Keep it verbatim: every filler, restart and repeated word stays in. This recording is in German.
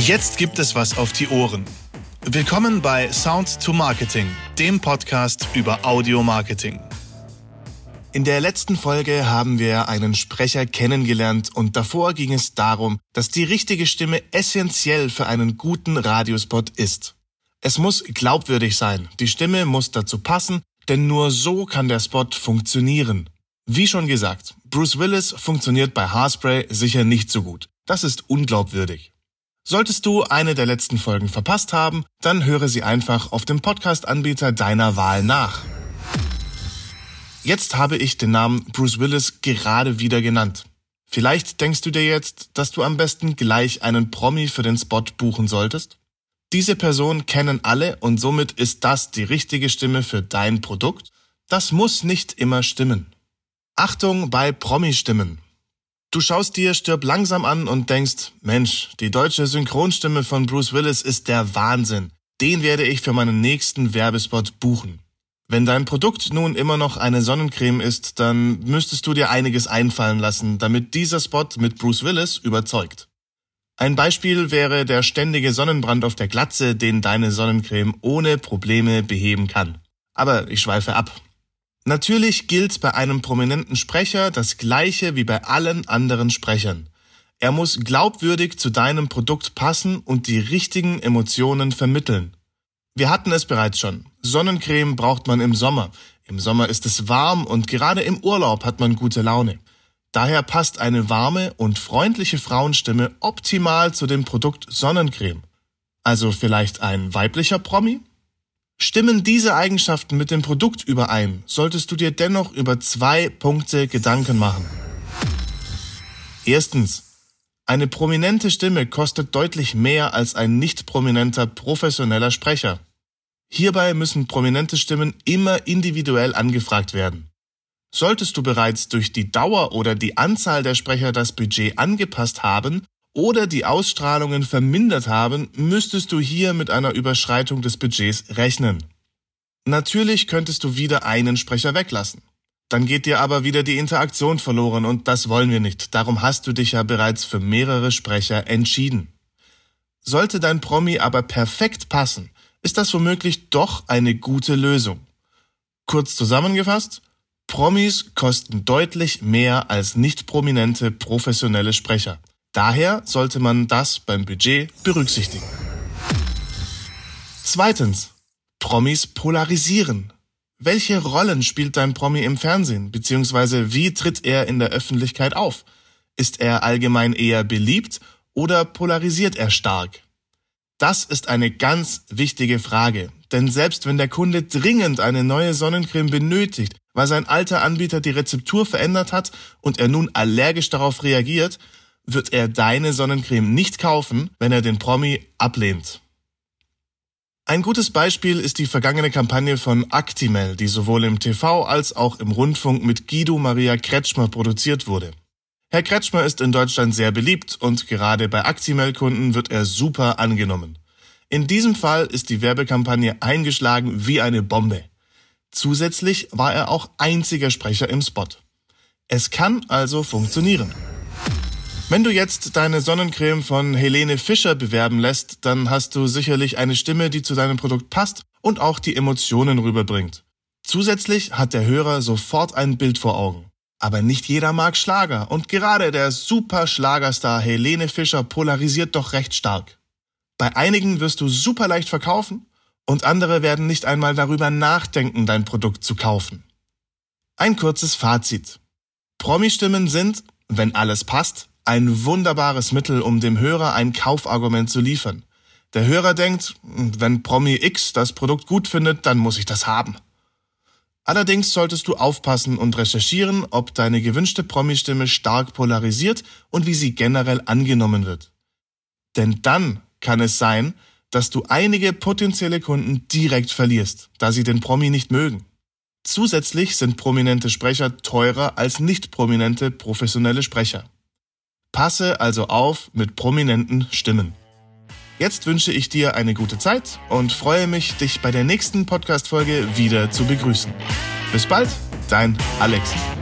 Jetzt gibt es was auf die Ohren. Willkommen bei Sound to Marketing, dem Podcast über Audio-Marketing. In der letzten Folge haben wir einen Sprecher kennengelernt und davor ging es darum, dass die richtige Stimme essentiell für einen guten Radiospot ist. Es muss glaubwürdig sein, die Stimme muss dazu passen, denn nur so kann der Spot funktionieren. Wie schon gesagt, Bruce Willis funktioniert bei Haarspray sicher nicht so gut. Das ist unglaubwürdig. Solltest du eine der letzten Folgen verpasst haben, dann höre sie einfach auf dem Podcast-Anbieter deiner Wahl nach. Jetzt habe ich den Namen Bruce Willis gerade wieder genannt. Vielleicht denkst du dir jetzt, dass du am besten gleich einen Promi für den Spot buchen solltest? Diese Person kennen alle und somit ist das die richtige Stimme für dein Produkt? Das muss nicht immer stimmen. Achtung bei Promi-Stimmen. Du schaust dir Stirb langsam an und denkst, Mensch, die deutsche Synchronstimme von Bruce Willis ist der Wahnsinn. Den werde ich für meinen nächsten Werbespot buchen. Wenn dein Produkt nun immer noch eine Sonnencreme ist, dann müsstest du dir einiges einfallen lassen, damit dieser Spot mit Bruce Willis überzeugt. Ein Beispiel wäre der ständige Sonnenbrand auf der Glatze, den deine Sonnencreme ohne Probleme beheben kann. Aber ich schweife ab. Natürlich gilt bei einem prominenten Sprecher das Gleiche wie bei allen anderen Sprechern. Er muss glaubwürdig zu deinem Produkt passen und die richtigen Emotionen vermitteln. Wir hatten es bereits schon. Sonnencreme braucht man im Sommer. Im Sommer ist es warm und gerade im Urlaub hat man gute Laune. Daher passt eine warme und freundliche Frauenstimme optimal zu dem Produkt Sonnencreme. Also vielleicht ein weiblicher Promi? Stimmen diese Eigenschaften mit dem Produkt überein, solltest du dir dennoch über zwei Punkte Gedanken machen. Erstens. Eine prominente Stimme kostet deutlich mehr als ein nicht prominenter professioneller Sprecher. Hierbei müssen prominente Stimmen immer individuell angefragt werden. Solltest du bereits durch die Dauer oder die Anzahl der Sprecher das Budget angepasst haben oder die Ausstrahlungen vermindert haben, müsstest du hier mit einer Überschreitung des Budgets rechnen. Natürlich könntest du wieder einen Sprecher weglassen. Dann geht dir aber wieder die Interaktion verloren und das wollen wir nicht. Darum hast du dich ja bereits für mehrere Sprecher entschieden. Sollte dein Promi aber perfekt passen, ist das womöglich doch eine gute Lösung. Kurz zusammengefasst, Promis kosten deutlich mehr als nicht prominente professionelle Sprecher. Daher sollte man das beim Budget berücksichtigen. Zweitens. Promis polarisieren. Welche Rollen spielt dein Promi im Fernsehen, beziehungsweise wie tritt er in der Öffentlichkeit auf? Ist er allgemein eher beliebt oder polarisiert er stark? Das ist eine ganz wichtige Frage, denn selbst wenn der Kunde dringend eine neue Sonnencreme benötigt, weil sein alter Anbieter die Rezeptur verändert hat und er nun allergisch darauf reagiert, wird er deine Sonnencreme nicht kaufen, wenn er den Promi ablehnt. Ein gutes Beispiel ist die vergangene Kampagne von Actimel, die sowohl im T V als auch im Rundfunk mit Guido Maria Kretschmer produziert wurde. Herr Kretschmer ist in Deutschland sehr beliebt und gerade bei Actimel-Kunden wird er super angenommen. In diesem Fall ist die Werbekampagne eingeschlagen wie eine Bombe. Zusätzlich war er auch einziger Sprecher im Spot. Es kann also funktionieren. Wenn du jetzt deine Sonnencreme von Helene Fischer bewerben lässt, dann hast du sicherlich eine Stimme, die zu deinem Produkt passt und auch die Emotionen rüberbringt. Zusätzlich hat der Hörer sofort ein Bild vor Augen. Aber nicht jeder mag Schlager und gerade der super Schlagerstar Helene Fischer polarisiert doch recht stark. Bei einigen wirst du super leicht verkaufen und andere werden nicht einmal darüber nachdenken, dein Produkt zu kaufen. Ein kurzes Fazit. Promi-Stimmen sind, wenn alles passt, ein wunderbares Mittel, um dem Hörer ein Kaufargument zu liefern. Der Hörer denkt, wenn Promi X das Produkt gut findet, dann muss ich das haben. Allerdings solltest du aufpassen und recherchieren, ob deine gewünschte Promi-Stimme stark polarisiert und wie sie generell angenommen wird. Denn dann kann es sein, dass du einige potenzielle Kunden direkt verlierst, da sie den Promi nicht mögen. Zusätzlich sind prominente Sprecher teurer als nicht prominente professionelle Sprecher. Passe also auf mit prominenten Stimmen. Jetzt wünsche ich dir eine gute Zeit und freue mich, dich bei der nächsten Podcast-Folge wieder zu begrüßen. Bis bald, dein Alex.